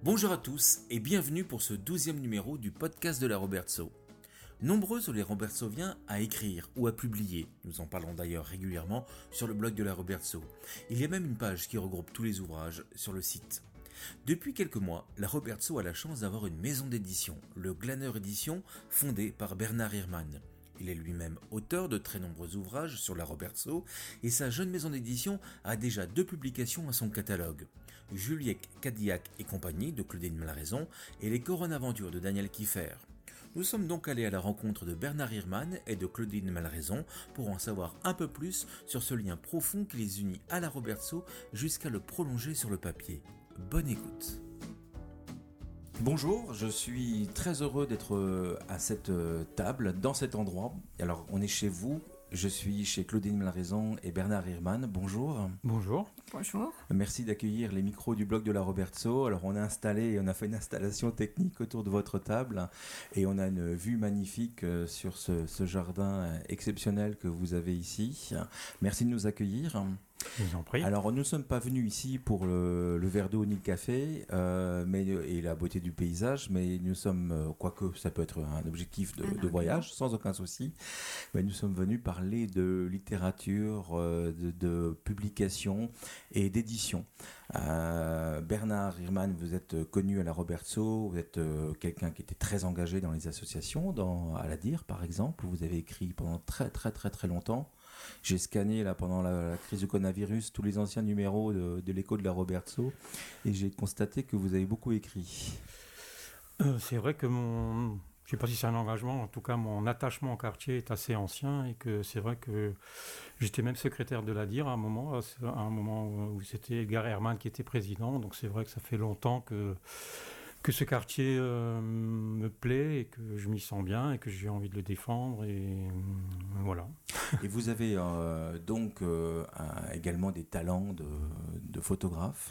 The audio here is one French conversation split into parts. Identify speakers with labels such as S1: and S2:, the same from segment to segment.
S1: Bonjour à tous et bienvenue pour ce 12e numéro du podcast de la Robertso. Nombreux sont les Robertsoviens à écrire ou à publier, nous en parlons d'ailleurs régulièrement sur le blog de la Robertso. Il y a même une page qui regroupe tous les ouvrages sur le site. Depuis quelques mois, la Robertso a la chance d'avoir une maison d'édition, le Glanner Édition, fondée par Bernard Hirman. Il est lui-même auteur de très nombreux ouvrages sur la Robertso et sa jeune maison d'édition a déjà 2 publications à son catalogue. Juliette Cadillac et compagnie de Claudine Malraison et les Coronaventures de Daniel Kieffer. Nous sommes donc allés à la rencontre de Bernard Hirman et de Claudine Malraison pour en savoir un peu plus sur ce lien profond qui les unit à la Robertso jusqu'à le prolonger sur le papier. Bonne écoute. Bonjour, je suis très heureux d'être à cette table, dans cet endroit. Alors, on est chez vous, je suis chez Claudine Malraison et Bernard Hirman. Bonjour.
S2: Bonjour.
S3: Bonjour.
S1: Merci d'accueillir les micros du blog de la Robertso. Alors, on a fait une installation technique autour de votre table et on a une vue magnifique sur ce jardin exceptionnel que vous avez ici. Merci de nous accueillir.
S2: Je vous en prie.
S1: Alors, nous ne sommes pas venus ici pour le verre d'eau ni le café et la beauté du paysage, mais nous sommes, quoique ça peut être un objectif de voyage, sans aucun souci, mais nous sommes venus parler de littérature, de publication et d'édition. Bernard Hirman, vous êtes connu à la Robertso, vous êtes quelqu'un qui était très engagé dans les associations, à la DIR par exemple, où vous avez écrit pendant très très très très longtemps. J'ai scanné là, pendant la crise du coronavirus tous les anciens numéros de l'écho de la Robertso et j'ai constaté que vous avez beaucoup écrit.
S2: C'est vrai que je ne sais pas si c'est un engagement, en tout cas mon attachement au quartier est assez ancien et que c'est vrai que j'étais même secrétaire de la DIR à un moment où c'était Edgar Herman qui était président, donc c'est vrai que ça fait longtemps que ce quartier me plaît et que je m'y sens bien et que j'ai envie de le défendre et voilà.
S1: Et vous avez également des talents de photographe.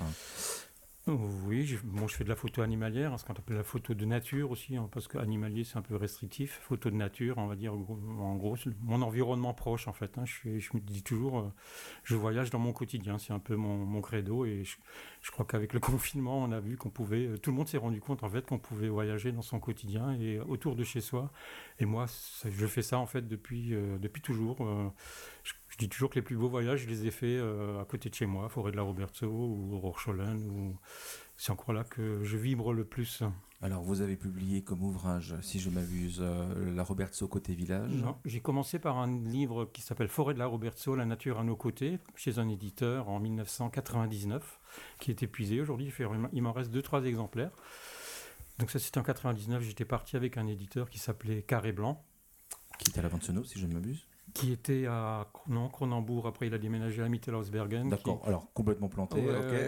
S2: Oui, je fais de la photo animalière, ce qu'on appelle la photo de nature aussi, parce qu'animalier c'est un peu restrictif. Photo de nature, on va dire, en gros, c'est mon environnement proche en fait. Je me dis toujours, je voyage dans mon quotidien, c'est un peu mon credo. Et je crois qu'avec le confinement, on a vu qu'on pouvait, tout le monde s'est rendu compte en fait qu'on pouvait voyager dans son quotidien et autour de chez soi. Et moi, je fais ça en fait depuis toujours. Je dis toujours que les plus beaux voyages, je les ai faits à côté de chez moi, Forêt de la Robertso ou Rorschollen. C'est encore là que je vibre le plus.
S1: Alors, vous avez publié comme ouvrage, si je m'abuse, la Robertso côté village.
S2: Non, j'ai commencé par un livre qui s'appelle Forêt de la Robertso, la nature à nos côtés, chez un éditeur en 1999, qui est épuisé. Aujourd'hui, il m'en reste 2-3 exemplaires. Donc ça, c'était en 99. J'étais parti avec un éditeur qui s'appelait Carré Blanc.
S1: Qui était à la Ventsenau, si je ne m'abuse.
S2: Qui était à Cronenbourg, après il a déménagé à Mittelausbergen.
S1: D'accord, alors complètement planté,
S2: ouais,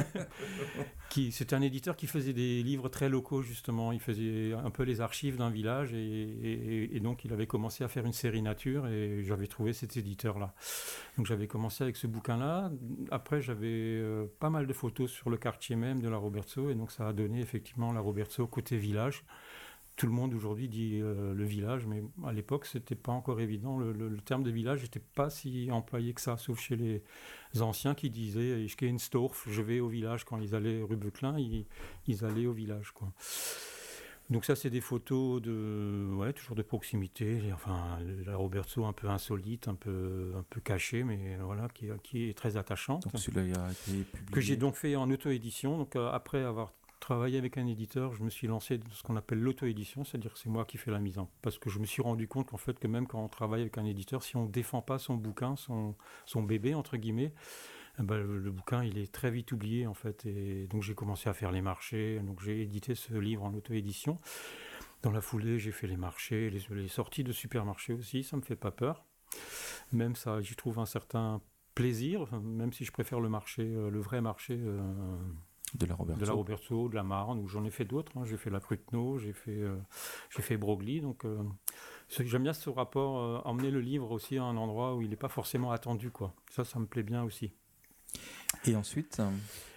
S2: ok. C'était un éditeur qui faisait des livres très locaux justement, il faisait un peu les archives d'un village et donc il avait commencé à faire une série nature et j'avais trouvé cet éditeur-là. Donc j'avais commencé avec ce bouquin-là, après j'avais pas mal de photos sur le quartier même de la Robertso et donc ça a donné effectivement la Robertso côté village. Tout le monde aujourd'hui dit le village, mais à l'époque, c'était pas encore évident. Le terme de village n'était pas si employé que ça, sauf chez les anciens qui disaient « Ich gehe ins Dorf », je vais au village. Quand ils allaient rue Beuclin, ils allaient au village, quoi. Donc ça, c'est des photos toujours de proximité. Enfin, la Robertso un peu insolite, un peu cachée, mais voilà, qui est très attachante.
S1: Donc celui-là a été publié.
S2: Que j'ai donc fait en auto-édition. Donc après avoir travailler avec un éditeur, je me suis lancé dans ce qu'on appelle l'auto-édition, c'est-à-dire que c'est moi qui fais la mise en... Parce que je me suis rendu compte qu'en fait, que même quand on travaille avec un éditeur, si on ne défend pas son bouquin, son bébé, entre guillemets, le bouquin, il est très vite oublié, en fait. Et donc, j'ai commencé à faire les marchés. Donc, j'ai édité ce livre en auto-édition. Dans la foulée, j'ai fait les marchés, les sorties de supermarchés aussi, ça ne me fait pas peur. Même ça, j'y trouve un certain plaisir, même si je préfère le vrai marché...
S1: de la
S2: Robertso, de la Marne, ou j'en ai fait d'autres. J'ai fait la Cruteno, j'ai fait Broglie. Donc, j'aime bien ce rapport, emmener le livre aussi à un endroit où il n'est pas forcément attendu, quoi. Ça me plaît bien aussi.
S1: Et ensuite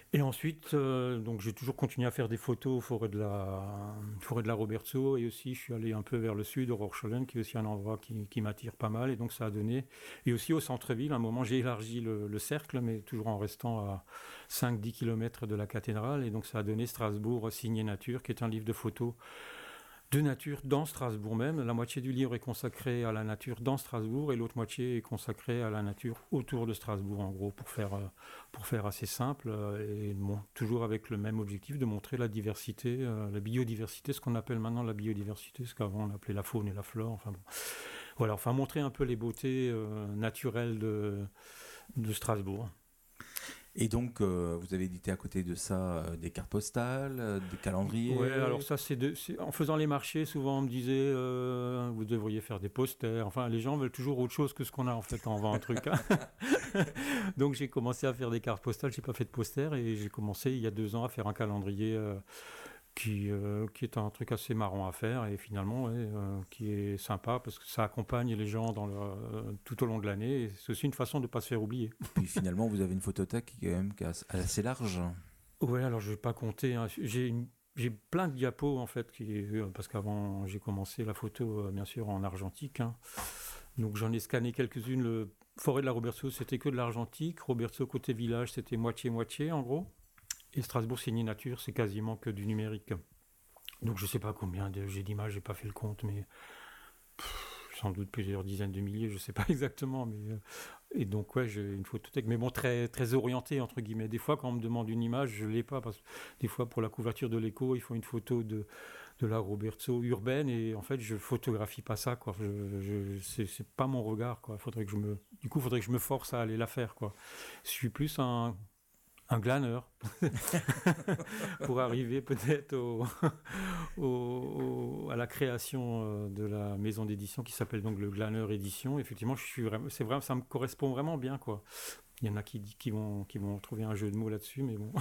S2: Et ensuite, donc j'ai toujours continué à faire des photos aux forêts de la Robertso, et aussi je suis allé un peu vers le sud, au Rorschollen, qui est aussi un endroit qui m'attire pas mal, et donc ça a donné. Et aussi au centre-ville, à un moment j'ai élargi le cercle, mais toujours en restant à 5-10 km de la cathédrale, et donc ça a donné Strasbourg signé nature, qui est un livre de photos de nature dans Strasbourg même. La moitié du livre est consacrée à la nature dans Strasbourg et l'autre moitié est consacrée à la nature autour de Strasbourg, en gros, pour faire assez simple, et bon, toujours avec le même objectif de montrer la diversité, la biodiversité, ce qu'on appelle maintenant la biodiversité, ce qu'avant on appelait la faune et la flore. Enfin bon. Voilà, enfin montrer un peu les beautés naturelles de Strasbourg.
S1: Et donc, vous avez édité à côté de ça des cartes postales, des calendriers.
S2: Ouais, alors ça, en faisant les marchés, souvent on me disait vous devriez faire des posters. Enfin, les gens veulent toujours autre chose que ce qu'on a en fait quand on vend un truc. Hein. Donc j'ai commencé à faire des cartes postales, j'ai pas fait de posters, et j'ai commencé il y a 2 ans à faire un calendrier qui est un truc assez marrant à faire, et finalement qui est sympa parce que ça accompagne les gens tout au long de l'année, et c'est aussi une façon de ne pas se faire oublier.
S1: Puis finalement, vous avez une photothèque qui est quand même assez large.
S2: Ouais, alors je vais pas compter, hein. J'ai plein de diapos en fait, parce qu'avant j'ai commencé la photo bien sûr en argentique. Hein. Donc j'en ai scanné quelques-unes. Le Forêt de la Robertso, c'était que de l'argentique. Robertso côté village, c'était moitié-moitié en gros. Et Strasbourg signé nature, c'est quasiment que du numérique. Donc je sais pas combien j'ai d'images, j'ai pas fait le compte, mais sans doute plusieurs dizaines de milliers, je sais pas exactement. Et donc ouais, j'ai une photothèque, mais bon, très, très orientée entre guillemets. Des fois, quand on me demande une image, je l'ai pas, parce que des fois pour la couverture de l'Écho, il faut une photo de la Robertso urbaine, et en fait je photographie pas ça, quoi. C'est pas mon regard, quoi. Faudrait que je me force à aller la faire, quoi. Je suis plus un glaneur pour arriver peut-être à la création de la maison d'édition qui s'appelle donc le Glaneur Édition. Effectivement, c'est vrai, ça me correspond vraiment bien, quoi. Il y en a qui vont trouver un jeu de mots là-dessus, mais bon.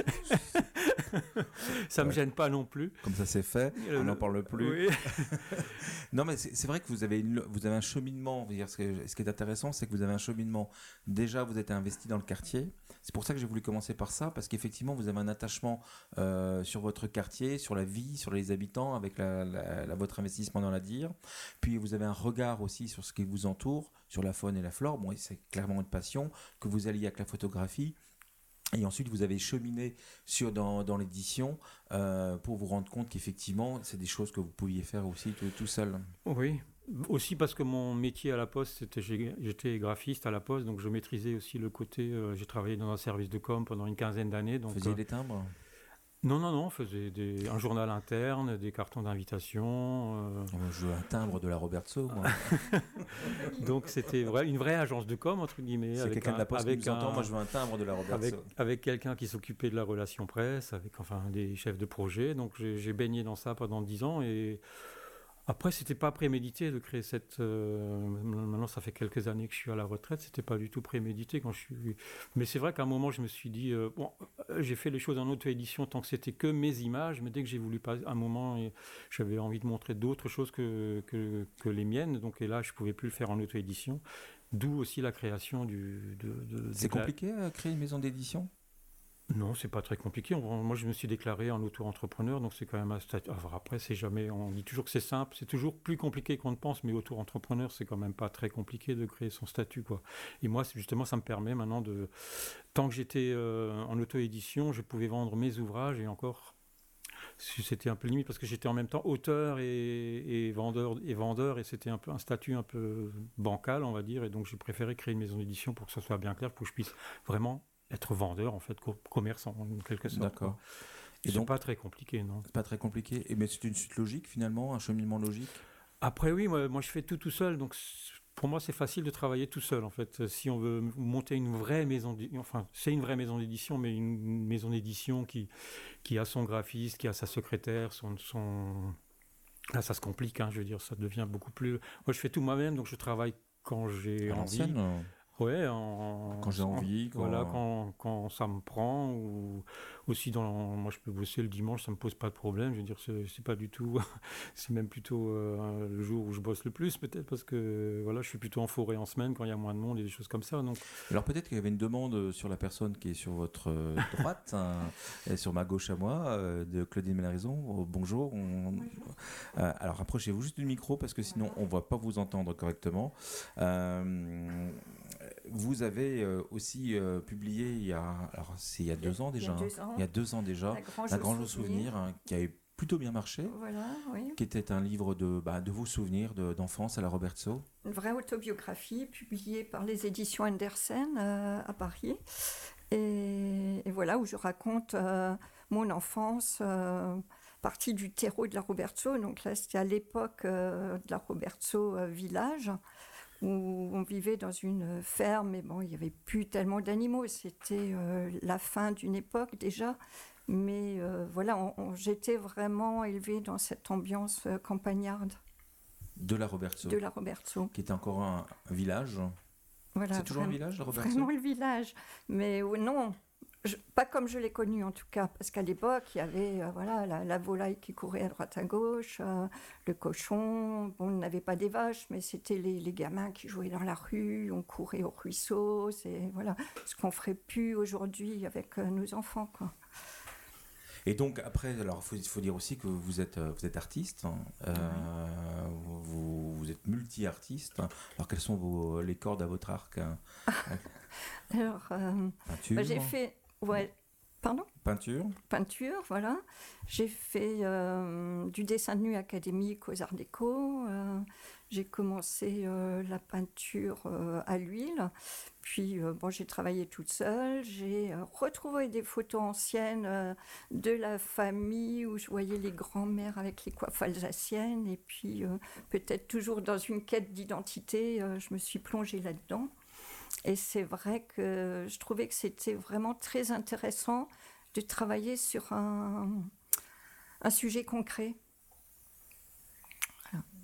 S2: Ça me gêne pas non plus.
S1: Comme ça c'est fait, on n'en parle plus.
S2: Oui.
S1: Non, mais c'est vrai que vous avez un cheminement. Ce qui est intéressant, c'est que vous avez un cheminement. Déjà, vous êtes investi dans le quartier. C'est pour ça que j'ai voulu commencer par ça, parce qu'effectivement, vous avez un attachement sur votre quartier, sur la vie, sur les habitants, avec votre investissement dans la dire. Puis vous avez un regard aussi sur ce qui vous entoure, sur la faune et la flore. Bon, c'est clairement une passion que vous alliez avec la photographie. Et ensuite, vous avez cheminé dans l'édition pour vous rendre compte qu'effectivement, c'est des choses que vous pouviez faire aussi tout seul.
S2: Oui, aussi parce que mon métier à la Poste, j'étais graphiste à la Poste, donc je maîtrisais aussi le côté. J'ai travaillé dans un service de com pendant une quinzaine d'années.
S1: Vous faisiez des timbres ?
S2: Non, on faisait un journal interne, des cartons d'invitation.
S1: Je veux un timbre de la Robertso, moi.
S2: Donc c'était une vraie agence de com, entre guillemets.
S1: C'est quelqu'un de la Poste qui nous entend, moi je veux un timbre de la Robertso.
S2: Avec quelqu'un qui s'occupait de la relation presse, avec des chefs de projet. Donc j'ai baigné dans ça pendant 10 ans, et après, c'était pas prémédité de créer cette. Maintenant, ça fait quelques années que je suis à la retraite. C'était pas du tout prémédité quand je suis. Mais c'est vrai qu'à un moment, je me suis dit j'ai fait les choses en auto-édition tant que c'était que mes images. Mais dès que j'ai voulu passer, à un moment, j'avais envie de montrer d'autres choses que les miennes. Donc, et là, je pouvais plus le faire en auto-édition. D'où aussi la création
S1: C'est compliqué à créer une maison d'édition ?
S2: Non, c'est pas très compliqué. Moi, je me suis déclaré en auto-entrepreneur, donc c'est quand même un statut. Enfin, après, c'est jamais. On dit toujours que c'est simple, c'est toujours plus compliqué qu'on ne pense, mais auto-entrepreneur, c'est quand même pas très compliqué de créer son statut, quoi. Et moi, justement, ça me permet maintenant de. Tant que j'étais en auto-édition, je pouvais vendre mes ouvrages, et encore. C'était un peu limite parce que j'étais en même temps auteur et vendeur, et c'était un peu un statut un peu bancal, on va dire, et donc j'ai préféré créer une maison d'édition pour que ça soit bien clair, pour que je puisse vraiment être vendeur, en fait, commerçant en quelque sorte.
S1: D'accord.
S2: Et donc pas très compliqué, non ?
S1: C'est pas très compliqué. Mais c'est une suite logique finalement, un cheminement logique.
S2: Après oui, moi je fais tout seul, donc pour moi c'est facile de travailler tout seul en fait. Si on veut monter une vraie maison, enfin c'est une vraie maison d'édition, mais une maison d'édition qui a son graphiste, qui a sa secrétaire, là ça se complique, hein, je veux dire, ça devient beaucoup plus. Moi je fais tout moi-même, donc je travaille quand j'ai envie. Ouais,
S1: Quand j'ai envie,
S2: voilà, quand ça me prend, ou aussi moi je peux bosser le dimanche, ça me pose pas de problème. Je veux dire, c'est pas du tout, c'est même plutôt le jour où je bosse le plus, peut-être parce que voilà, je suis plutôt en forêt en semaine quand il y a moins de monde et des choses comme ça. Donc,
S1: Alors peut-être qu'il y avait une demande sur la personne qui est sur votre droite, et sur ma gauche à moi, de Claudine Ménarison. Bonjour. Alors approchez-vous juste du micro parce que sinon on ne va pas vous entendre correctement. Vous avez aussi publié c'est il y a 2 ans déjà, il y a 2 ans déjà, La Grange aux souvenirs, qui a plutôt bien marché,
S3: Voilà, oui.
S1: qui était un livre de vos souvenirs d'enfance à la Robertso.
S3: Une vraie autobiographie publiée par les éditions Andersen à Paris. Et voilà, où je raconte mon enfance, partie du terreau de la Robertso. Donc là, c'était à l'époque de la Robertso village, où on vivait dans une ferme, mais bon, il n'y avait plus tellement d'animaux. C'était la fin d'une époque déjà. Mais voilà, j'étais vraiment élevée dans cette ambiance campagnarde.
S1: De la Robertso.
S3: De la Robertso.
S1: Qui était encore un village.
S3: Voilà,
S1: c'est toujours un village, la Robertso ?
S3: Vraiment le village. Mais non, pas comme je l'ai connu en tout cas. Parce qu'à l'époque, il y avait la volaille qui courait à droite à gauche, le cochon. Bon, on n'avait pas des vaches, mais c'était les gamins qui jouaient dans la rue, on courait au ruisseau. C'est voilà, ce qu'on ne ferait plus aujourd'hui avec nos enfants, quoi.
S1: Et donc après, alors il faut dire aussi que vous êtes artiste, vous êtes multi-artiste. Alors quelles sont les cordes à votre arc ?
S3: Alors,
S1: peinture.
S3: J'ai fait, pardon ? Peinture, voilà. J'ai fait du dessin de nu académique aux Arts Déco. J'ai commencé la peinture à l'huile. Puis, j'ai travaillé toute seule. J'ai retrouvé des photos anciennes de la famille où je voyais les grands-mères avec les coiffes alsaciennes. Et puis, peut-être toujours dans une quête d'identité, je me suis plongée là-dedans. Et c'est vrai que je trouvais que c'était vraiment très intéressant de travailler sur un sujet concret. Voilà.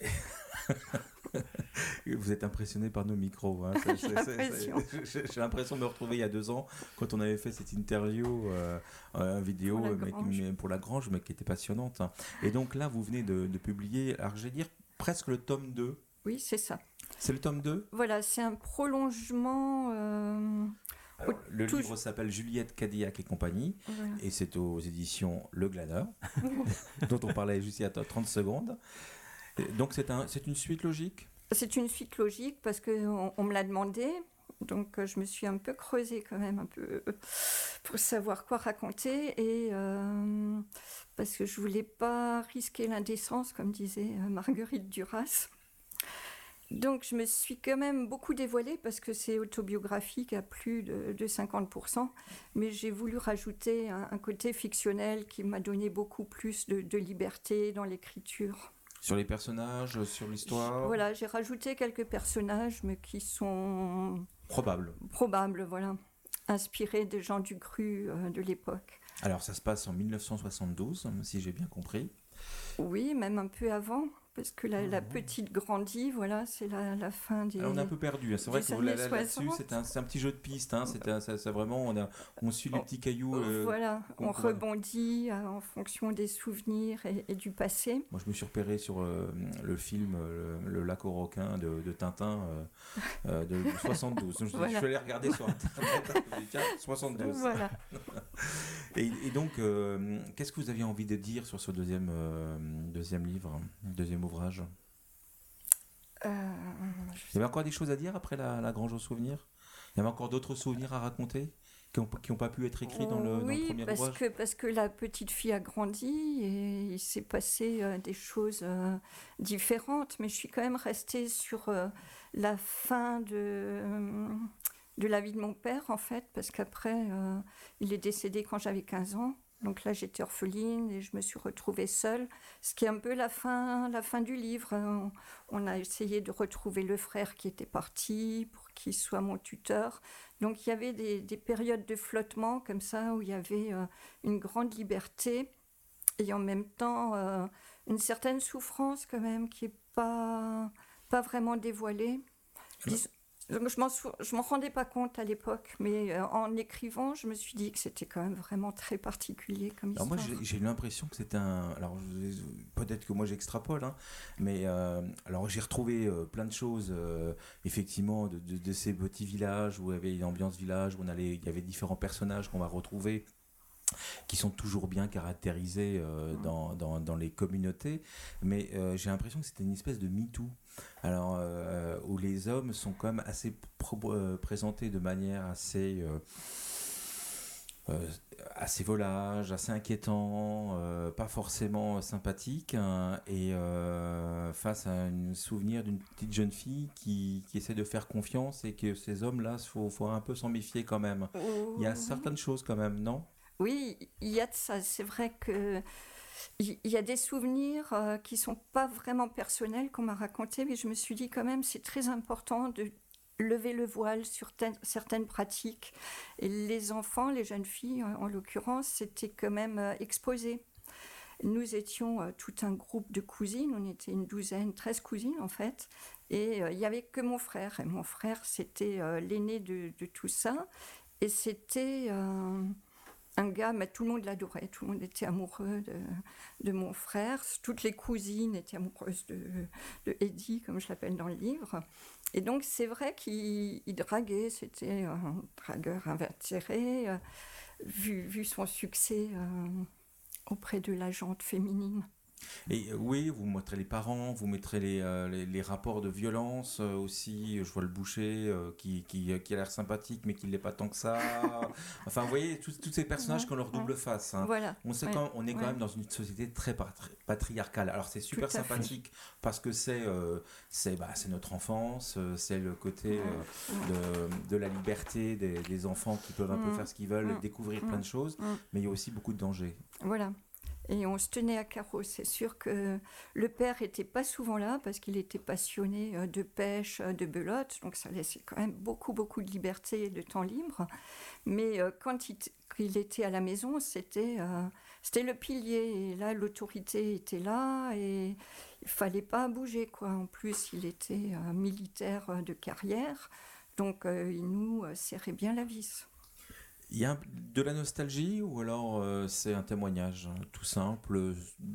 S1: Vous êtes impressionné par nos micros. Hein. J'ai l'impression de me retrouver il y a 2 ans quand on avait fait cette interview vidéo pour la Grange, mais qui était passionnante. Hein. Et donc là, vous venez de publier, alors je vais dire presque le tome 2.
S3: Oui, c'est ça.
S1: C'est le tome 2 ?
S3: Voilà, c'est un prolongement.
S1: Alors, le livre s'appelle Juliette Cadillac et compagnie, voilà. Et c'est aux éditions Le Glaneur, dont on parlait juste il y a 30 secondes. Et donc c'est une suite logique ?
S3: C'est une suite logique parce qu'on me l'a demandé, donc je me suis un peu creusée quand même, un peu pour savoir quoi raconter, et parce que je ne voulais pas risquer l'indécence, comme disait Marguerite Duras. Donc je me suis quand même beaucoup dévoilée parce que c'est autobiographique à plus de 50%, mais j'ai voulu rajouter un côté fictionnel qui m'a donné beaucoup plus de liberté dans l'écriture.
S1: Sur les personnages, sur l'histoire ?
S3: Voilà, j'ai rajouté quelques personnages, mais qui sont... Probables, voilà. Inspirés des gens du cru de l'époque.
S1: Alors ça se passe en 1972, si j'ai bien compris.
S3: Oui, même un peu avant. Parce que la petite grandit, voilà, c'est la fin des.
S1: Alors on est un peu perdu, c'est vrai que là-dessus, c'est un petit jeu de piste, hein, c'est vraiment, on suit les petits cailloux.
S3: Voilà, on rebondit en fonction des souvenirs et du passé.
S1: Moi, je me suis repéré sur le film Le Lac aux requins de Tintin de 72. Je suis allé regarder sur Internet, 72.
S3: Voilà.
S1: Et donc, qu'est-ce que vous aviez envie de dire sur ce deuxième livre, deuxième ouvrage ? Il y avait encore des choses à dire après la Grange aux souvenirs ? Il y avait encore d'autres souvenirs à raconter qui n'ont pas pu être écrits dans le premier ouvrage ?
S3: Oui, parce que la petite fille a grandi et il s'est passé des choses différentes, mais je suis quand même restée sur la fin de la vie de mon père, en fait, parce qu'après, il est décédé quand j'avais 15 ans. Donc là, j'étais orpheline et je me suis retrouvée seule, ce qui est un peu la fin du livre. On a essayé de retrouver le frère qui était parti pour qu'il soit mon tuteur. Donc il y avait des périodes de flottement comme ça, où il y avait une grande liberté et en même temps une certaine souffrance quand même qui n'est pas vraiment dévoilée. Donc je m'en rendais pas compte à l'époque, mais en écrivant, je me suis dit que c'était quand même vraiment très particulier comme histoire.
S1: Alors moi, j'ai l'impression que c'était un... Alors peut-être que moi j'extrapole, hein, mais alors j'ai retrouvé plein de choses, effectivement, de ces petits villages où il y avait une ambiance village, où il y avait différents personnages qu'on va retrouver, qui sont toujours bien caractérisés dans les communautés, mais j'ai l'impression que c'était une espèce de MeToo. Alors, où les hommes sont quand même assez présentés de manière assez volage, assez inquiétant, pas forcément sympathique, hein, et face à un souvenir d'une petite jeune fille qui essaie de faire confiance, et que ces hommes-là, faut un peu s'en méfier quand même. Il y a certaines choses quand même, non ?
S3: Oui, il y a de ça. C'est vrai que il y a des souvenirs qui ne sont pas vraiment personnels qu'on m'a racontés, mais je me suis dit quand même c'est très important de lever le voile sur certaines pratiques. Et les enfants, les jeunes filles en l'occurrence, c'était quand même exposé. Nous étions tout un groupe de cousines, on était une 13 cousines en fait, et il n'y avait que mon frère. Et mon frère, c'était l'aîné de tout ça, et c'était... un gars, mais tout le monde l'adorait, tout le monde était amoureux de mon frère, toutes les cousines étaient amoureuses de Eddie, comme je l'appelle dans le livre. Et donc c'est vrai qu'il draguait, c'était un dragueur invétéré, vu son succès auprès de la gente féminine.
S1: Et oui, vous montrez les parents, vous mettrez les rapports de violence aussi. Je vois le boucher qui a l'air sympathique, mais qui ne l'est pas tant que ça. Enfin, vous voyez, tous ces personnages qui ont leur double face. Hein.
S3: Voilà.
S1: On sait on est quand même dans une société très patriarcale. Alors, c'est super sympathique parce que c'est notre enfance, c'est le côté de la liberté des enfants qui peuvent un peu faire ce qu'ils veulent, découvrir plein de choses, mais il y a aussi beaucoup de dangers.
S3: Voilà. Et on se tenait à carreau. C'est sûr que le père n'était pas souvent là parce qu'il était passionné de pêche, de belote. Donc ça laissait quand même beaucoup de liberté et de temps libre. Mais quand il était à la maison, c'était le pilier. Et là, l'autorité était là et il ne fallait pas bouger, quoi. En plus, il était militaire de carrière. Donc il nous serrait bien la vis.
S1: Il y a de la nostalgie ou alors c'est un témoignage tout simple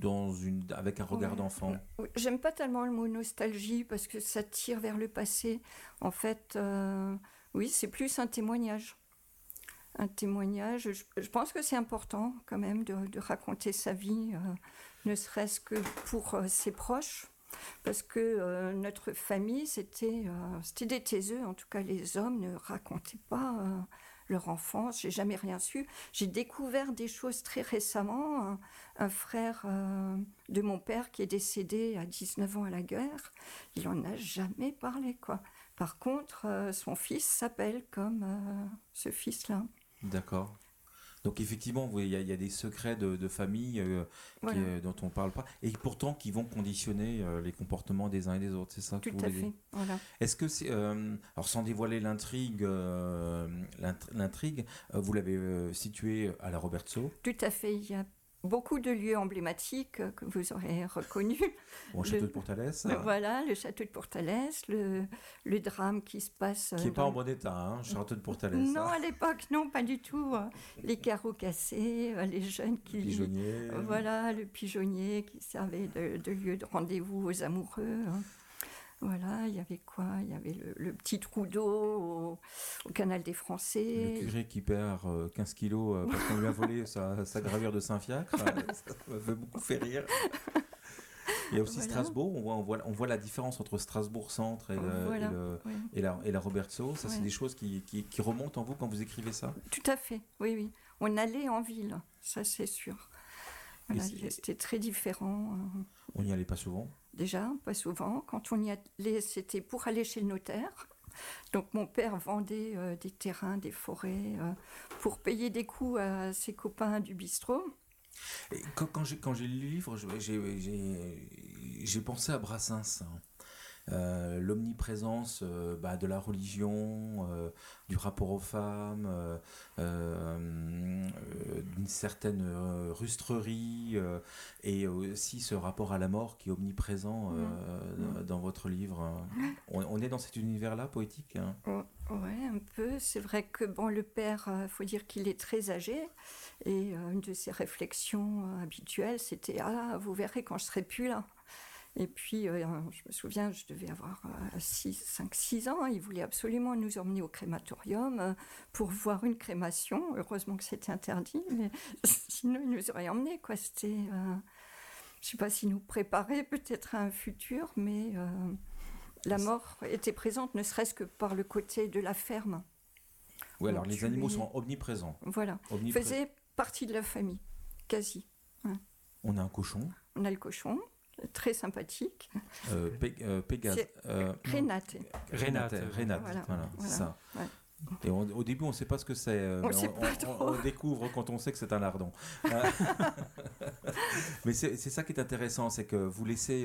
S1: avec un regard d'enfant?
S3: J'aime pas tellement le mot nostalgie parce que ça tire vers le passé. En fait, oui, c'est plus un témoignage. Un témoignage. Je pense que c'est important quand même de raconter sa vie, ne serait-ce que pour ses proches. Parce que notre famille, c'était des taiseux. En tout cas, les hommes ne racontaient pas leur enfance. J'ai jamais rien su. J'ai découvert des choses très récemment. Un frère de mon père qui est décédé à 19 ans à la guerre, il en a jamais parlé, quoi. Par contre, son fils s'appelle comme ce fils-là.
S1: D'accord. Donc effectivement, il y a des secrets de famille dont on ne parle pas, et pourtant qui vont conditionner les comportements des uns et des autres, c'est ça que vous voulez dire ?
S3: Tout à fait, voilà.
S1: Est-ce que c'est... alors sans dévoiler l'intrigue, vous l'avez située à la Robertso ?
S3: Tout à fait, il y a beaucoup de lieux emblématiques que vous aurez reconnus.
S1: Au château de Pourtalès.
S3: Voilà, le château de Pourtalès, le drame qui se passe...
S1: Qui n'est pas en bon état, hein, le château de Pourtalès.
S3: Non, à l'époque, non, pas du tout. Les carreaux cassés, les jeunes qui...
S1: Le pigeonnier.
S3: Voilà, le pigeonnier qui servait de lieu de rendez-vous aux amoureux. Voilà, il y avait quoi ? Il y avait le petit trou d'eau au canal des Français.
S1: Le curé qui perd 15 kilos parce qu'on lui a volé sa gravure de Saint-Fiacre. Ça m'a fait beaucoup fait rire. Il y a aussi Strasbourg, on voit la différence entre Strasbourg-Centre et la Robertso. Ça, c'est des choses qui remontent en vous quand vous écrivez ça ?
S3: Tout à fait, oui. On allait en ville, ça c'est sûr. Voilà, c'était très différent.
S1: On n'y allait pas souvent ?
S3: Déjà, pas souvent. Quand on y allait, c'était pour aller chez le notaire. Donc mon père vendait des terrains, des forêts, pour payer des coûts à ses copains du bistrot.
S1: Et quand j'ai lu le livre, j'ai pensé à Brassens. l'omniprésence de la religion, du rapport aux femmes, d'une certaine rustrerie, et aussi ce rapport à la mort qui est omniprésent dans votre livre. On est dans cet univers-là poétique, hein.
S3: Ouais, un peu. C'est vrai que le père, faut dire qu'il est très âgé, et une de ses réflexions habituelles, c'était « Ah, vous verrez quand je serai plus là ». Et puis, je me souviens, je devais avoir 5-6 ans, il voulait absolument nous emmener au crématorium pour voir une crémation. Heureusement que c'était interdit, mais sinon il nous aurait emmenés, quoi. C'était, je ne sais pas s'il nous préparait peut-être à un futur, mais la mort était présente, ne serait-ce que par le côté de la ferme.
S1: Oui, alors les animaux sont omniprésents.
S3: Voilà, faisaient partie de la famille, quasi. Ouais.
S1: On a un cochon.
S3: On a le cochon. Très sympathique.
S1: Pégase.
S3: Renate.
S1: Voilà, c'est ça. Ouais. Et au début, on ne sait pas ce que c'est. On découvre quand on sait que c'est un lardon. Mais c'est ça qui est intéressant, c'est que vous laissez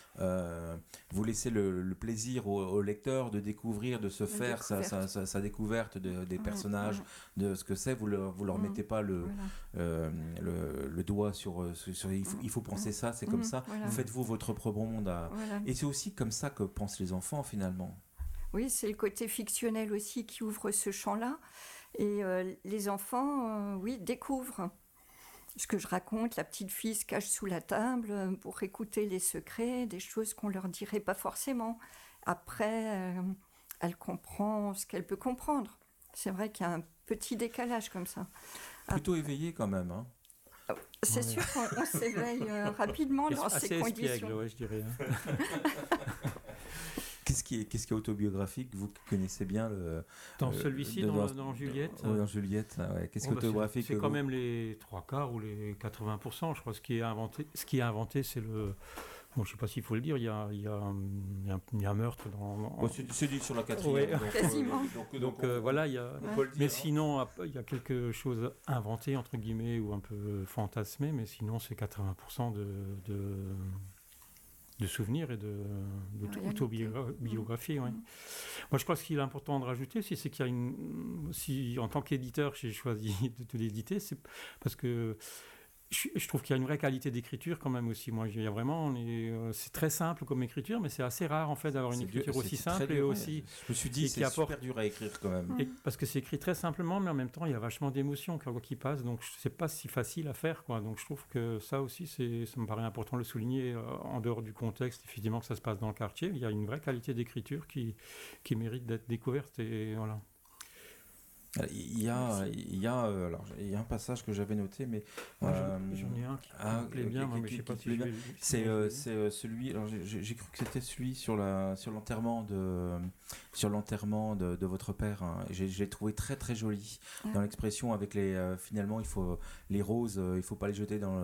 S1: le plaisir au lecteur de découvrir, de se faire sa découverte des personnages, de ce que c'est. Vous leur mettez pas le doigt sur il faut penser ça, c'est comme ça. Voilà. Vous faites votre propre monde. Et c'est aussi comme ça que pensent les enfants, finalement.
S3: Oui, c'est le côté fictionnel aussi qui ouvre ce champ-là. Et les enfants, découvrent ce que je raconte. La petite fille se cache sous la table pour écouter les secrets, des choses qu'on ne leur dirait pas forcément. Après, elle comprend ce qu'elle peut comprendre. C'est vrai qu'il y a un petit décalage comme ça.
S1: Plutôt éveillé quand même, hein.
S3: C'est sûr qu'on s'éveille rapidement dans ces conditions.
S2: Espiègle, ouais, je dirais.
S1: Qu'est-ce qui est autobiographique, vous qui connaissez bien
S2: dans celui-ci, dans Juliette.
S1: Dans Juliette, ouais. Qu'est-ce qui est autobiographique?
S2: C'est quand même les 3/4 ou les 80%. Je crois ce qui est inventé, c'est le. Bon, je ne sais pas s'il faut le dire. Il y a un meurtre dans.
S1: C'est dit sur la quatrième.
S3: Ouais. Quasiment.
S2: Donc voilà, il y a. Mais sinon, il y a quelque chose inventé entre guillemets ou un peu fantasmé, mais sinon c'est 80% de souvenirs et d'autobiographie. Ouais. Moi, je crois que ce qu'il est important de rajouter aussi, c'est qu'il y a si en tant qu'éditeur, j'ai choisi de l'éditer, c'est parce que je trouve qu'il y a une vraie qualité d'écriture quand même aussi. Moi, il y a vraiment, c'est très simple comme écriture, mais c'est assez rare en fait d'avoir une écriture aussi simple et aussi.
S1: Je me suis dit, c'est super dur à écrire quand même.
S2: Parce que c'est écrit très simplement, mais en même temps, il y a vachement d'émotions qui passent, donc c'est pas si facile à faire, quoi. Donc je trouve que ça aussi, ça me paraît important de le souligner en dehors du contexte, effectivement que ça se passe dans le quartier. Il y a une vraie qualité d'écriture qui mérite d'être découverte et voilà.
S1: Il y a un passage que j'avais noté, mais
S2: j'en ai un qui me plaît bien, mais je sais pas si
S1: c'est celui. Alors j'ai cru que c'était celui sur l'enterrement de votre père. Hein. J'ai trouvé très très joli dans l'expression avec finalement les roses, il faut pas les jeter dans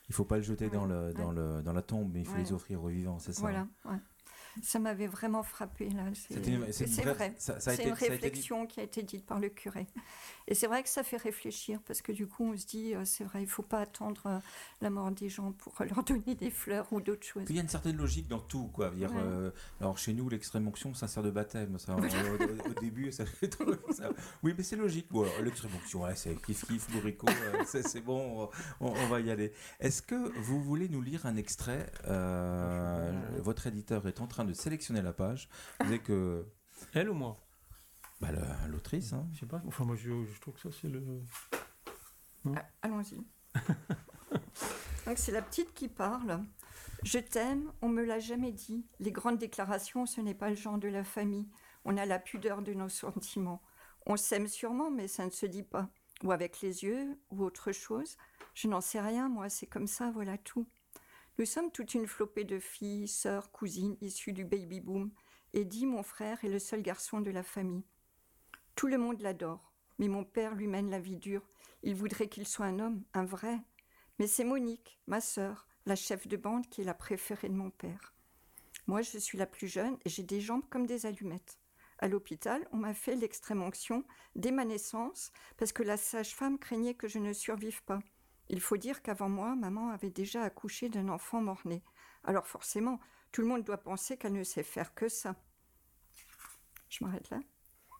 S1: la tombe, mais il faut les offrir aux vivants, c'est ça.
S3: Voilà. Ouais. Ça m'avait vraiment frappé là. C'est vrai. C'est une réflexion qui a été dite par le curé. Et c'est vrai que ça fait réfléchir parce que du coup on se dit c'est vrai, il ne faut pas attendre la mort des gens pour leur donner des fleurs ou d'autres choses.
S1: Puis il y a une certaine logique dans tout, quoi. Alors chez nous l'extrême onction ça sert de baptême. Ça, au début ça fait trop. Ça... Oui mais c'est logique. Bon, l'extrême onction c'est kiff bourrico, c'est bon, on va y aller. Est-ce que vous voulez nous lire un extrait? Votre éditeur est en train de sélectionner la page. Vous savez que...
S2: Elle ou moi?
S1: L'autrice. Hein.
S2: Je sais pas. Enfin, moi, je trouve que ça, c'est le...
S3: Allons-y. Donc, c'est la petite qui parle. Je t'aime, on me l'a jamais dit. Les grandes déclarations, ce n'est pas le genre de la famille. On a la pudeur de nos sentiments. On s'aime sûrement, mais ça ne se dit pas. Ou avec les yeux, ou autre chose. Je n'en sais rien, moi, c'est comme ça, voilà tout. Nous sommes toute une flopée de filles, sœurs, cousines, issues du baby-boom. Eddie, mon frère, est le seul garçon de la famille. Tout le monde l'adore, mais mon père lui mène la vie dure. Il voudrait qu'il soit un homme, un vrai. Mais c'est Monique, ma sœur, la chef de bande, qui est la préférée de mon père. Moi, je suis la plus jeune et j'ai des jambes comme des allumettes. À l'hôpital, on m'a fait l'extrême onction dès ma naissance parce que la sage-femme craignait que je ne survive pas. Il faut dire qu'avant moi, maman avait déjà accouché d'un enfant mort-né. Alors forcément, tout le monde doit penser qu'elle ne sait faire que ça. Je m'arrête là.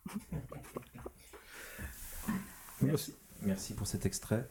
S1: Merci pour cet extrait.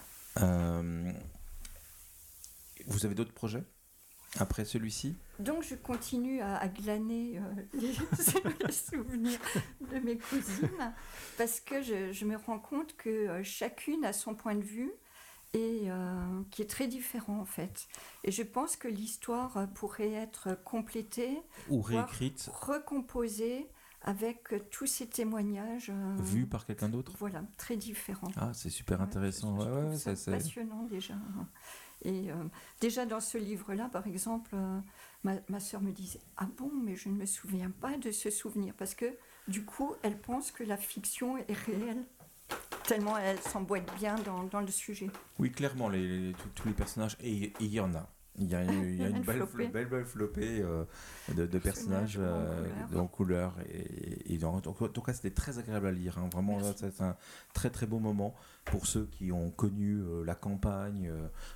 S1: Vous avez d'autres projets après celui-ci?
S3: Donc je continue à glaner les souvenirs de mes cousines parce que je me rends compte que chacune a son point de vue et qui est très différent en fait. Et je pense que l'histoire pourrait être complétée
S1: ou réécrite,
S3: recomposée avec tous ces témoignages
S1: vus par quelqu'un d'autre.
S3: Voilà, très différents.
S1: Ah, c'est super intéressant.
S3: C'est passionnant déjà. Et déjà dans ce livre-là, par exemple, ma sœur me disait « Ah bon, mais je ne me souviens pas de ce souvenir » parce que du coup, elle pense que la fiction est réelle, tellement elle s'emboîte bien dans le sujet.
S1: Oui, clairement, tous les personnages, et il y en a. Il y a une belle flopée de personnages en couleur. Et en tout cas, c'était très agréable à lire. Hein. Vraiment, c'est un très très beau moment pour ceux qui ont connu la campagne,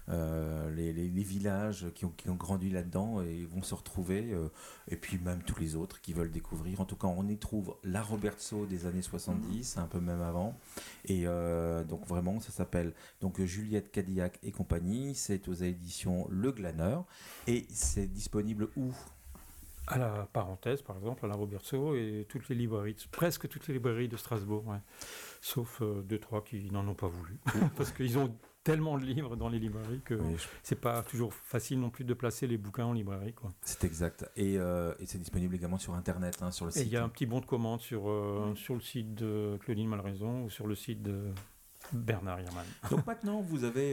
S1: les villages, qui ont grandi là-dedans et vont se retrouver. Et puis même tous les autres qui veulent découvrir. En tout cas, on y trouve la Robertso des années 70, un peu même avant. Et donc vraiment, ça s'appelle donc Juliette Cadillac et compagnie. C'est aux éditions Le Glaneur. Et c'est disponible où?
S2: À la Parenthèse, par exemple, à la Robertso et toutes les librairies, presque toutes les librairies de Strasbourg, ouais. Sauf 2-3 qui n'en ont pas voulu. Parce qu'ils ont tellement de livres dans les librairies que c'est pas toujours facile non plus de placer les bouquins en librairie, quoi.
S1: C'est exact. Et c'est disponible également sur Internet, hein, sur le site.
S2: Et il y a un petit bon de commande sur le site de Claudine Malraison ou sur le site de Bernard Herrmann.
S1: Donc maintenant, vous avez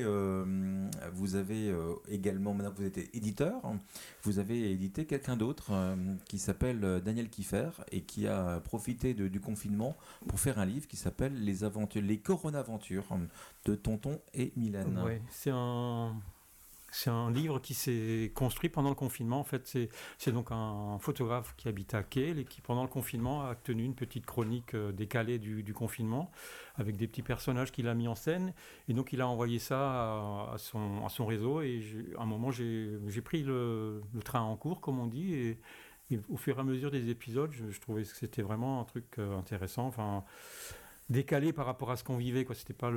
S1: également, maintenant que vous êtes éditeur, vous avez édité quelqu'un d'autre qui s'appelle Daniel Kiefer et qui a profité du confinement pour faire un livre qui s'appelle Les Coronaventures de Tonton et Mylène.
S2: Oui, c'est un livre qui s'est construit pendant le confinement. En fait, c'est donc un photographe qui habite à Kehl et qui, pendant le confinement, a tenu une petite chronique décalée du confinement avec des petits personnages qu'il a mis en scène. Et donc, il a envoyé ça à son réseau. Et à un moment, j'ai pris le train en cours, comme on dit. Et au fur et à mesure des épisodes, je trouvais que c'était vraiment un truc intéressant. Enfin, décalé par rapport à ce qu'on vivait, quoi. C'était pas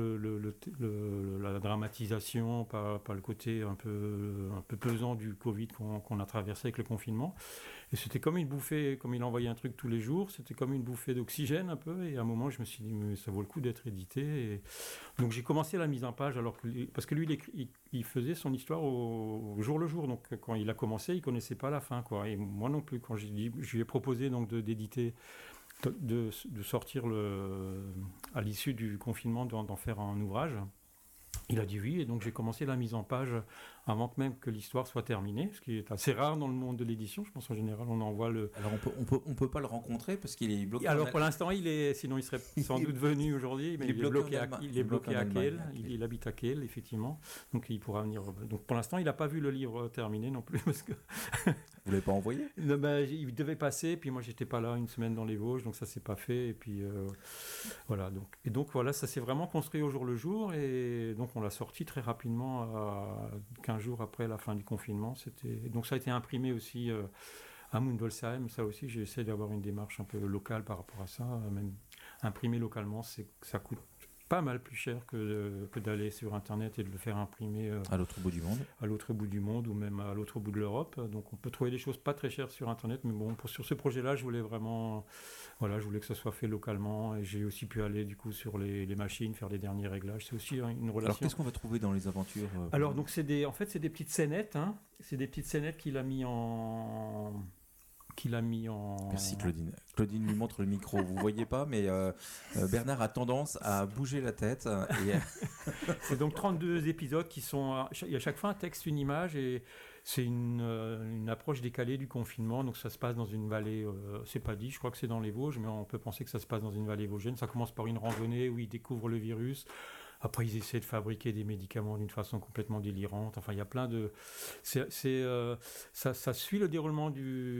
S2: la dramatisation, pas le côté un peu pesant du Covid qu'on a traversé avec le confinement. Et c'était comme une bouffée, comme il envoyait un truc tous les jours, c'était comme une bouffée d'oxygène un peu. Et à un moment, je me suis dit, mais ça vaut le coup d'être édité. Et donc j'ai commencé la mise en page, parce que lui, il faisait son histoire au jour le jour. Donc quand il a commencé, il connaissait pas la fin, quoi. Et moi non plus, quand je lui ai proposé donc d'éditer, de sortir à l'issue du confinement, d'en faire un ouvrage. Il a dit oui, et donc j'ai commencé la mise en page avant même que l'histoire soit terminée, ce qui est assez rare dans le monde de l'édition. Je pense qu'en général, on envoie le...
S1: Alors on peut pas le rencontrer parce qu'il est bloqué.
S2: Alors pour l'instant, sinon il serait sans doute venu aujourd'hui, mais il est bloqué à Kehl. Il habite à Kehl, effectivement. Donc il pourra venir. Donc pour l'instant, il n'a pas vu le livre terminé non plus. Parce que...
S1: Vous l'avez pas envoyé?
S2: Il devait passer, puis moi j'étais pas là une semaine dans les Vosges, donc ça s'est pas fait. Et puis voilà. Donc voilà, ça s'est vraiment construit au jour le jour, et donc on l'a sorti très rapidement 15 jours après la fin du confinement. Donc ça a été imprimé aussi à Mundolsheim. Ça aussi, j'ai essayé d'avoir une démarche un peu locale par rapport à ça. Même imprimer localement, ça coûte pas mal plus cher que d'aller sur Internet et de le faire imprimer
S1: à l'autre bout du monde.
S2: À l'autre bout du monde ou même à l'autre bout de l'Europe. Donc on peut trouver des choses pas très chères sur Internet, mais bon, sur ce projet-là, je voulais vraiment... Voilà, je voulais que ça soit fait localement, et j'ai aussi pu aller du coup sur les machines, faire les derniers réglages. C'est aussi une relation.
S1: Alors qu'est-ce qu'on va trouver dans les aventures
S2: Alors donc c'est des petites scénettes, hein. C'est des petites scénettes qu'il a mis en...
S1: Merci Claudine. Claudine lui montre le micro. Vous voyez pas, mais Bernard a tendance à bouger la tête.
S2: C'est donc 32 épisodes qui sont... Il y a à chaque fois un texte, une image, et c'est une approche décalée du confinement. Donc ça se passe dans une vallée, c'est pas dit, je crois que c'est dans les Vosges, mais on peut penser que ça se passe dans une vallée vosgienne. Ça commence par une randonnée où ils découvrent le virus. Après, ils essaient de fabriquer des médicaments d'une façon complètement délirante. Enfin, il y a plein de... Ça suit le déroulement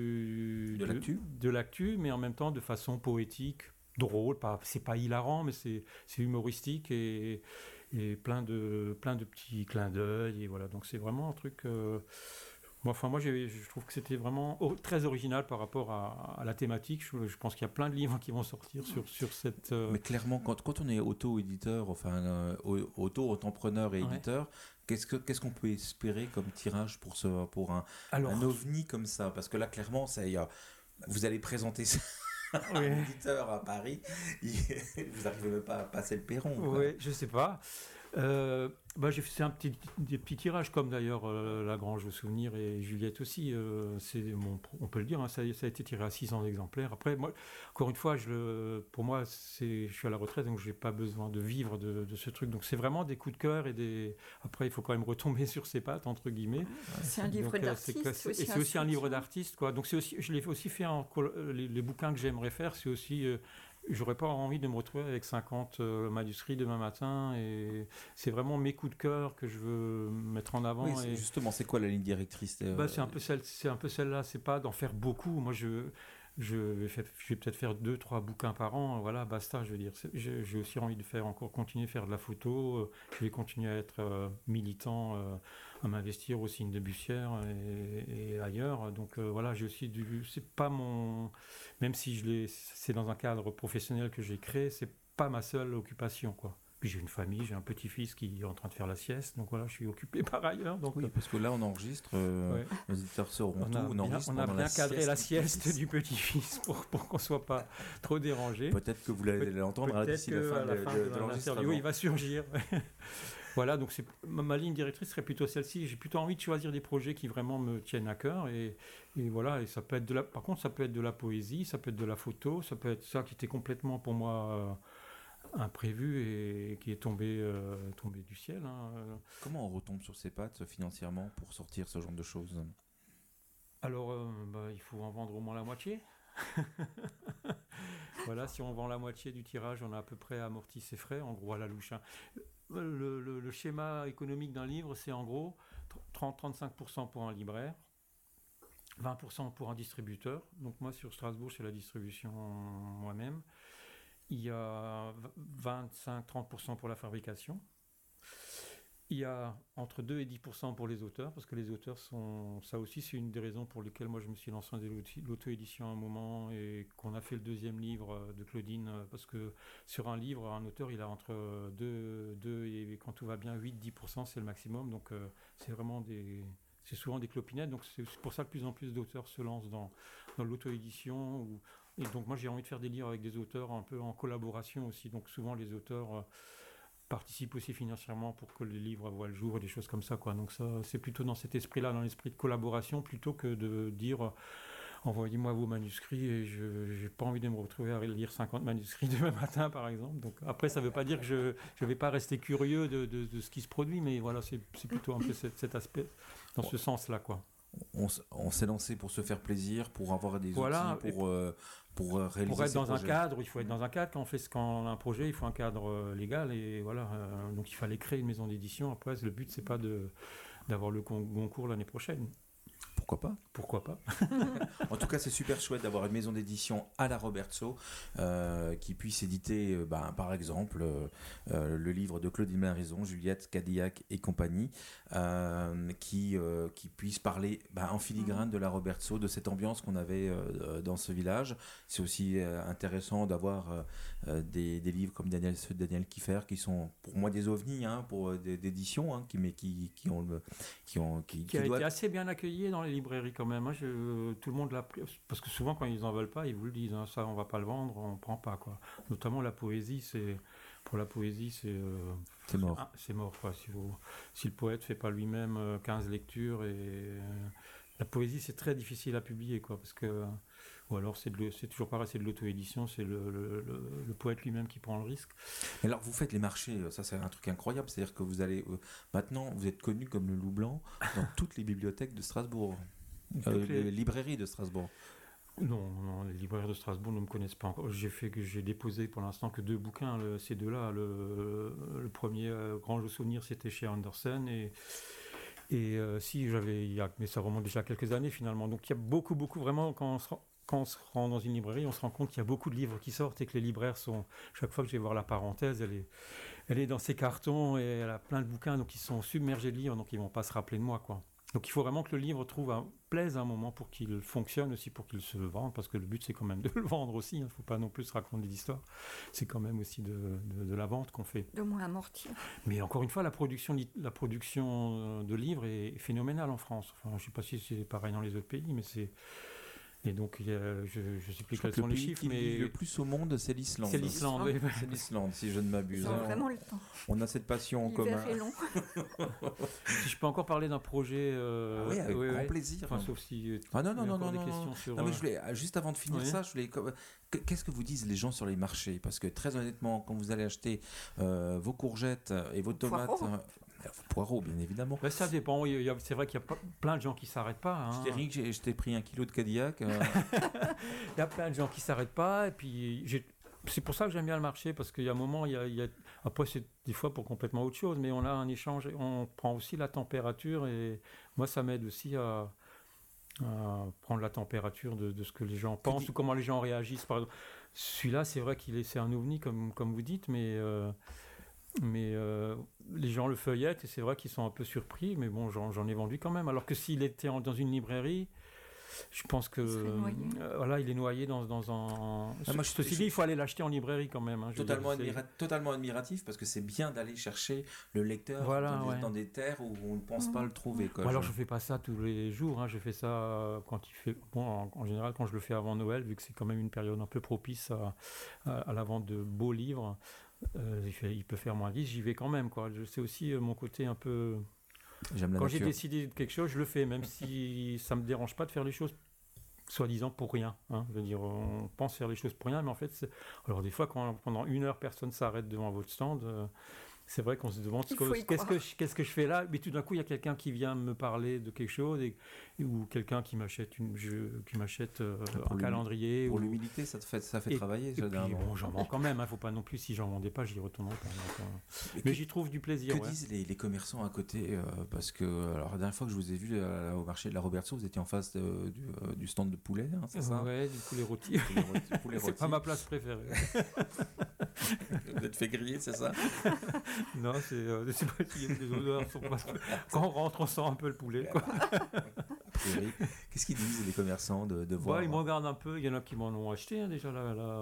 S2: de l'actu, mais en même temps de façon poétique, drôle. C'est pas hilarant, mais c'est humoristique et plein de petits clins d'œil. Et voilà, donc c'est vraiment un truc... Moi, je trouve que c'était vraiment très original par rapport à la thématique. Je pense qu'il y a plein de livres qui vont sortir sur cette...
S1: Mais clairement, quand on est auto-éditeur, auto-entrepreneur et éditeur, qu'est-ce qu'on peut espérer comme tirage pour un ovni comme ça? Parce que là, clairement, vous allez présenter ça à un éditeur à Paris, vous n'arrivez même pas à passer le perron.
S2: Oui, je ne sais pas. J'ai fait des petits tirages, comme d'ailleurs Lagrange au souvenir et Juliette aussi. On peut le dire, hein, ça a été tiré à 600 exemplaires. Après, moi, encore une fois, pour moi, je suis à la retraite, donc je n'ai pas besoin de vivre de ce truc. Donc c'est vraiment des coups de cœur Après, il faut quand même retomber sur ses pattes, entre guillemets.
S3: C'est un livre d'artiste.
S2: Et c'est aussi un livre d'artiste, quoi. Donc je l'ai aussi fait les bouquins que j'aimerais faire, c'est aussi... J'aurais pas envie de me retrouver avec 50 manuscrits demain matin, et c'est vraiment mes coups de cœur que je veux mettre en avant.
S1: Oui, justement, c'est quoi la ligne directrice?
S2: C'est un peu celle-là, c'est pas d'en faire beaucoup. Moi, je vais peut-être faire 2-3 bouquins par an, voilà, basta, je veux dire. J'ai aussi envie de continuer à faire de la photo, je vais continuer à être militant, à m'investir au Signe de Bussière et ailleurs. Donc voilà, j'ai aussi c'est pas même si c'est dans un cadre professionnel que j'ai créé, c'est pas ma seule occupation, quoi. Puis j'ai une famille, j'ai un petit-fils qui est en train de faire la sieste, donc voilà, je suis occupé par ailleurs. Donc,
S1: oui, parce que là on enregistre, nos éditeurs sauront tout,
S2: on a bien cadré la sieste du petit-fils pour qu'on ne soit pas trop dérangé.
S1: Peut-être que vous allez l'entendre d'ici la fin de l'enregistrement.
S2: Il va surgir. Voilà, donc ma ligne directrice serait plutôt celle-ci. J'ai plutôt envie de choisir des projets qui vraiment me tiennent à cœur, et voilà, et ça peut être par contre, ça peut être de la poésie, ça peut être de la photo, ça peut être ça qui était complètement pour moi imprévu et qui est tombé du ciel. Hein.
S1: Comment on retombe sur ses pattes financièrement pour sortir ce genre de choses?
S2: Alors, il faut en vendre au moins la moitié. Voilà, si on vend la moitié du tirage, on a à peu près amorti ses frais, en gros à la louche. Hein. Le schéma économique d'un livre, c'est en gros 30-35% pour un libraire, 20% pour un distributeur. Donc moi, sur Strasbourg, c'est la distribution moi-même. Il y a 25-30% pour la fabrication. Il y a entre 2 et 10% pour les auteurs, parce que les auteurs ça aussi, c'est une des raisons pour lesquelles moi je me suis lancé dans l'auto-édition à un moment, et qu'on a fait le deuxième livre de Claudine, parce que sur un livre, un auteur, il a entre 2 et, quand tout va bien, 8-10%, c'est le maximum. Donc c'est vraiment c'est souvent des clopinettes. Donc c'est pour ça que de plus en plus d'auteurs se lancent dans l'auto-édition. Et donc moi j'ai envie de faire des livres avec des auteurs un peu en collaboration aussi. Donc souvent les auteurs participent aussi financièrement pour que les livres voient le jour et des choses comme ça, quoi. Donc ça, c'est plutôt dans cet esprit-là, dans l'esprit de collaboration, plutôt que de dire envoyez-moi vos manuscrits et je n'ai pas envie de me retrouver à lire 50 manuscrits demain matin, par exemple. Donc après, ça ne veut pas dire que je ne vais pas rester curieux de ce qui se produit, mais voilà, c'est plutôt un peu cet aspect, dans ce sens-là, quoi.
S1: On s'est lancé pour se faire plaisir, pour avoir des outils, pour réaliser
S2: pour être dans
S1: projets.
S2: un cadre, il faut être dans un cadre. Quand on a un projet, il faut un cadre légal, et voilà. Donc il fallait créer une maison d'édition. Après, le but, c'est pas d'avoir le concours l'année prochaine.
S1: Pourquoi pas? En tout cas, c'est super chouette d'avoir une maison d'édition à la Robertso qui puisse éditer, par exemple, le livre de Claudine Malraison, Juliette Cadillac et compagnie, qui puisse parler en filigrane de la Robertso, de cette ambiance qu'on avait dans ce village. C'est aussi intéressant d'avoir des livres comme ceux de Daniel Kieffer, qui sont pour moi des ovnis, pour d'édition, qui
S2: a été assez bien accueilli dans les librairies quand même. Tout le monde l'a pris, parce que souvent quand ils en veulent pas, ils vous le disent, ça on va pas le vendre, on prend pas, quoi. Notamment la poésie, c'est mort. C'est mort, quoi. Si le poète fait pas lui-même 15 lectures, et la poésie, c'est très difficile à publier, quoi, parce que ou alors c'est toujours pareil, c'est de l'auto-édition, c'est le poète lui-même qui prend le risque.
S1: Et alors vous faites les marchés, ça c'est un truc incroyable, c'est-à-dire que vous allez maintenant vous êtes connu comme le loup blanc dans toutes les bibliothèques de Strasbourg, les librairies de Strasbourg.
S2: Non, les libraires de Strasbourg ne me connaissent pas encore. J'ai déposé pour l'instant que 2 bouquins, ces deux-là. Le premier, Grand Souvenir, c'était chez Andersen, mais ça remonte déjà à quelques années finalement. Donc il y a beaucoup vraiment, quand on se rend dans une librairie, on se rend compte qu'il y a beaucoup de livres qui sortent, et que les libraires chaque fois que je vais voir la parenthèse, elle est dans ses cartons, et elle a plein de bouquins, donc ils sont submergés de livres, donc ils vont pas se rappeler de moi, quoi. Donc il faut vraiment que le livre plaise à un moment pour qu'il fonctionne aussi, pour qu'il se vende, parce que le but c'est quand même de le vendre aussi, il ne faut pas non plus se raconter des histoires, c'est quand même aussi de la vente qu'on fait.
S3: De moins amortir.
S2: Mais encore une fois, la production de livres est phénoménale en France. Enfin, je ne sais pas si c'est pareil dans les autres pays, mais c'est... Et donc, je ne sais plus quels sont les chiffres, mais...
S1: Le plus au monde, c'est l'Islande.
S2: C'est l'Islande, oui.
S1: C'est l'Islande, si je ne m'abuse.
S3: Ils ont vraiment le temps.
S1: On a cette passion en commun.
S3: L'hiver est long.
S2: Si je peux encore parler d'un projet...
S1: oui, avec grand plaisir.
S2: Enfin, sauf si...
S1: non.
S2: Des questions sur...
S1: Non, mais je voulais, juste avant de finir ça, qu'est-ce que vous disent les gens sur les marchés? Parce que très honnêtement, quand vous allez acheter vos courgettes et vos tomates... Poireaux, bien évidemment.
S2: Ben, ça dépend. C'est vrai qu'il y a plein de gens qui ne s'arrêtent pas. Hein.
S1: Je t'ai pris 1 kilo de Cadillac.
S2: Il y a plein de gens qui ne s'arrêtent pas. Et puis, c'est pour ça que j'aime bien le marché, parce qu'il y a un moment, après, c'est des fois pour complètement autre chose, mais on a un échange, on prend aussi la température. Et moi, ça m'aide aussi à prendre la température de ce que les gens pensent ou comment les gens réagissent. Par exemple, celui-là, c'est vrai c'est un ovni, comme vous dites, mais les gens le feuillettent et c'est vrai qu'ils sont un peu surpris, mais bon, j'en ai vendu quand même. Alors que s'il était dans une librairie, je pense que il est noyé dans un... Ceci dit, il faut aller l'acheter en librairie quand même. Hein,
S1: totalement admiratif, parce que c'est bien d'aller chercher le lecteur dans des terres où on ne pense pas le trouver.
S2: Alors je fais pas ça tous les jours. Hein, je fais ça quand il fait... Bon, en général, quand je le fais avant Noël, vu que c'est quand même une période un peu propice à la vente de beaux livres. Il peut faire moins 10, j'y vais quand même, quoi. C'est aussi mon côté un peu... Quand j'ai décidé de quelque chose, je le fais, même si ça ne me dérange pas de faire les choses soi-disant pour rien. Hein. Je veux dire, on pense faire les choses pour rien, mais en fait... Alors des fois, quand pendant 1 heure, personne s'arrête devant votre stand... c'est vrai qu'on se demande qu'est-ce que je fais là, mais tout d'un coup il y a quelqu'un qui vient me parler de quelque chose ou quelqu'un qui m'achète un calendrier.
S1: Pour l'humilité, ça fait travailler.
S2: Et puis, bon, j'en vends quand même, faut pas non plus, si j'en vendais pas, j'y retournerais pas. Mais j'y trouve du plaisir.
S1: Que disent les commerçants à côté, parce que alors, la dernière fois que je vous ai vu au marché de la Robertso, vous étiez en face du stand de poulet, hein, c'est ça?
S2: Ouais, du poulet rôti. C'est pas ma place préférée.
S1: Vous êtes fait griller, c'est ça?
S2: Non, c'est pas qu'il y a des odeurs. Quand on rentre, on sent un peu le poulet. Quoi.
S1: Qu'est-ce qu'ils disent les commerçants de voir?
S2: Ils me regardent un peu. Il y en a qui m'en ont acheté déjà.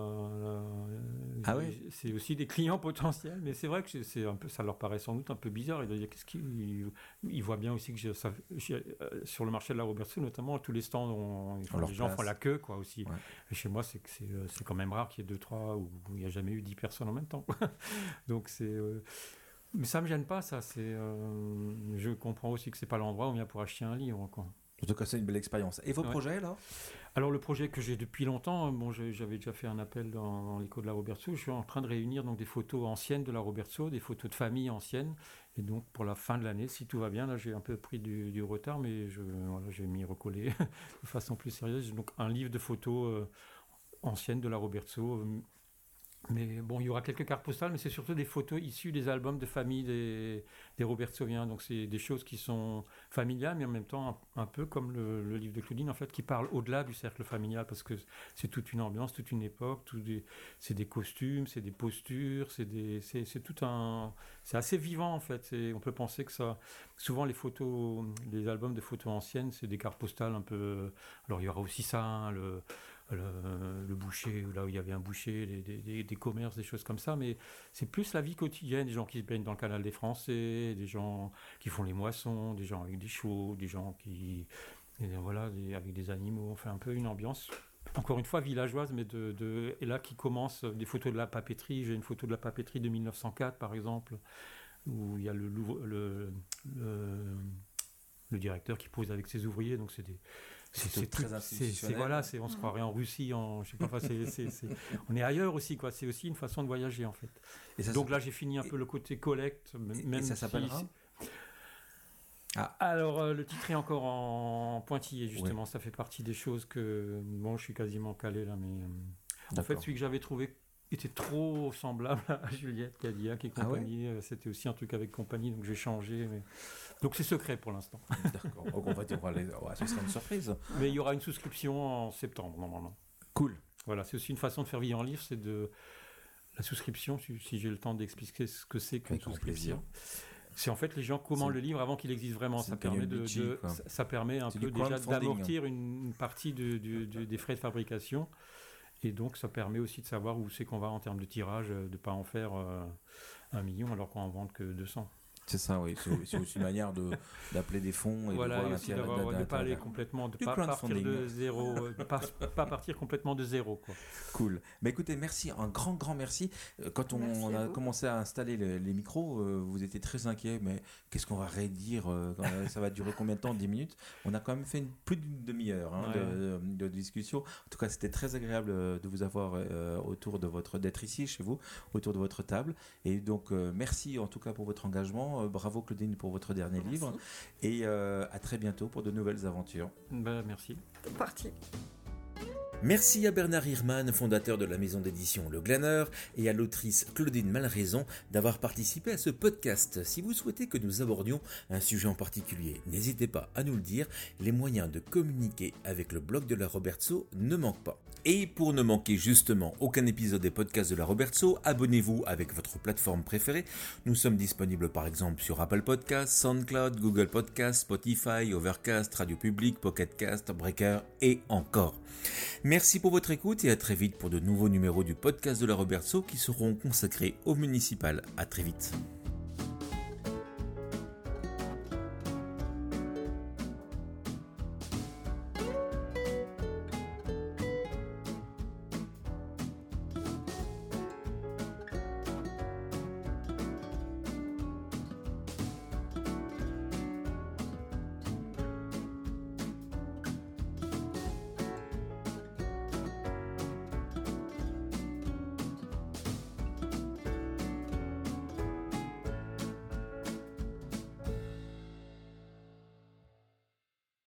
S2: C'est aussi des clients potentiels, mais c'est vrai que c'est un peu, ça leur paraît sans doute un peu bizarre. Ils voient bien aussi que sur le marché de la Robertso, notamment, tous les stands, les gens font la queue, quoi, aussi. Ouais. Et chez moi, c'est quand même rare qu'il y ait 2-3 où il n'y a jamais eu 10 personnes en même temps. Donc c'est mais ça me gêne pas, ça. Je comprends aussi que c'est pas l'endroit où on vient pour acheter un livre, quoi.
S1: En tout cas, c'est une belle expérience. Et vos projets, là?
S2: Alors, le projet que j'ai depuis longtemps, j'avais déjà fait un appel dans l'écho de la Robertso. Je suis en train de réunir donc des photos anciennes de la Robertso, des photos de famille anciennes. Et donc, pour la fin de l'année, si tout va bien, là, j'ai un peu pris du retard, mais je vais m'y recoller de façon plus sérieuse. Donc, un livre de photos anciennes de la Robertso. Mais bon, il y aura quelques cartes postales, mais c'est surtout des photos issues des albums de famille des Robertsoviens. Donc c'est des choses qui sont familiales, mais en même temps un peu comme le livre de Claudine, en fait, qui parle au-delà du cercle familial, parce que c'est toute une ambiance, toute une époque, c'est des costumes, c'est des postures, c'est assez vivant, en fait. On peut penser que ça... Souvent, les albums de photos anciennes, c'est des cartes postales un peu... Alors il y aura aussi ça, hein, le boucher, là où il y avait un boucher, des commerces, des choses comme ça, mais c'est plus la vie quotidienne, des gens qui se baignent dans le canal des Français, des gens qui font les moissons, des gens avec des chevaux, des gens avec des animaux, enfin un peu une ambiance, encore une fois villageoise, mais et là qui commence, des photos de la papeterie. J'ai une photo de la papeterie de 1904 par exemple, où il y a le directeur qui pose avec ses ouvriers, donc c'est
S1: très institutionnel.
S2: On se croirait en Russie, je sais pas, on est ailleurs aussi, quoi. C'est aussi une façon de voyager, en fait. Donc là, j'ai fini un peu le côté collecte.
S1: Et ça s'appellera
S2: Alors, le titre est encore en pointillé, justement. Ouais. Ça fait partie des choses que... Bon, je suis quasiment calé, là, mais... en fait, celui que j'avais trouvé était trop semblable à Juliette Cadillac et compagnie. C'était aussi un truc avec compagnie, donc j'ai changé. Mais... Donc c'est secret pour l'instant.
S1: D'accord. Donc on va ce sera une surprise.
S2: Mais il y aura une souscription en septembre, normalement.
S1: Cool.
S2: Voilà, c'est aussi une façon de faire vivre en livre, c'est de la souscription, si j'ai le temps d'expliquer ce que c'est qu'une souscription. C'est en fait les gens commandent le livre avant qu'il existe vraiment. Ça permet un peu déjà d'amortir une partie des frais de fabrication. Et donc ça permet aussi de savoir où c'est qu'on va en termes de tirage, de ne pas en faire 1 million alors qu'on en vend que 200.
S1: C'est ça, oui. C'est aussi une manière d'appeler des fonds et
S2: voilà, de voir de ne pas aller complètement, de ne pas partir de zéro, pas partir complètement de zéro. Quoi.
S1: Cool. Mais écoutez, merci, un grand merci. Quand on a commencé à installer les micros, vous étiez très inquiets, mais qu'est-ce qu'on va redire ça va durer combien de temps? 10 minutes? On a quand même fait plus d'une demi-heure de discussion. En tout cas, c'était très agréable de vous avoir d'être ici, chez vous, autour de votre table. Et donc, merci en tout cas pour votre engagement. Bravo Claudine pour votre dernier livre et à très bientôt pour de nouvelles aventures.
S2: Merci.
S3: C'est parti.
S1: Merci à Bernard Hirman, fondateur de la maison d'édition Le Glaneur, et à l'autrice Claudine Malraison d'avoir participé à ce podcast. Si vous souhaitez que nous abordions un sujet en particulier, n'hésitez pas à nous le dire. Les moyens de communiquer avec le blog de la Robertso ne manquent pas. Et pour ne manquer justement aucun épisode des podcasts de la Robertso, abonnez-vous avec votre plateforme préférée. Nous sommes disponibles par exemple sur Apple Podcasts, SoundCloud, Google Podcasts, Spotify, Overcast, Radio Public, Pocket Cast, Breaker et encore. Merci pour votre écoute et à très vite pour de nouveaux numéros du podcast de la Robertso qui seront consacrés au municipal. À très vite.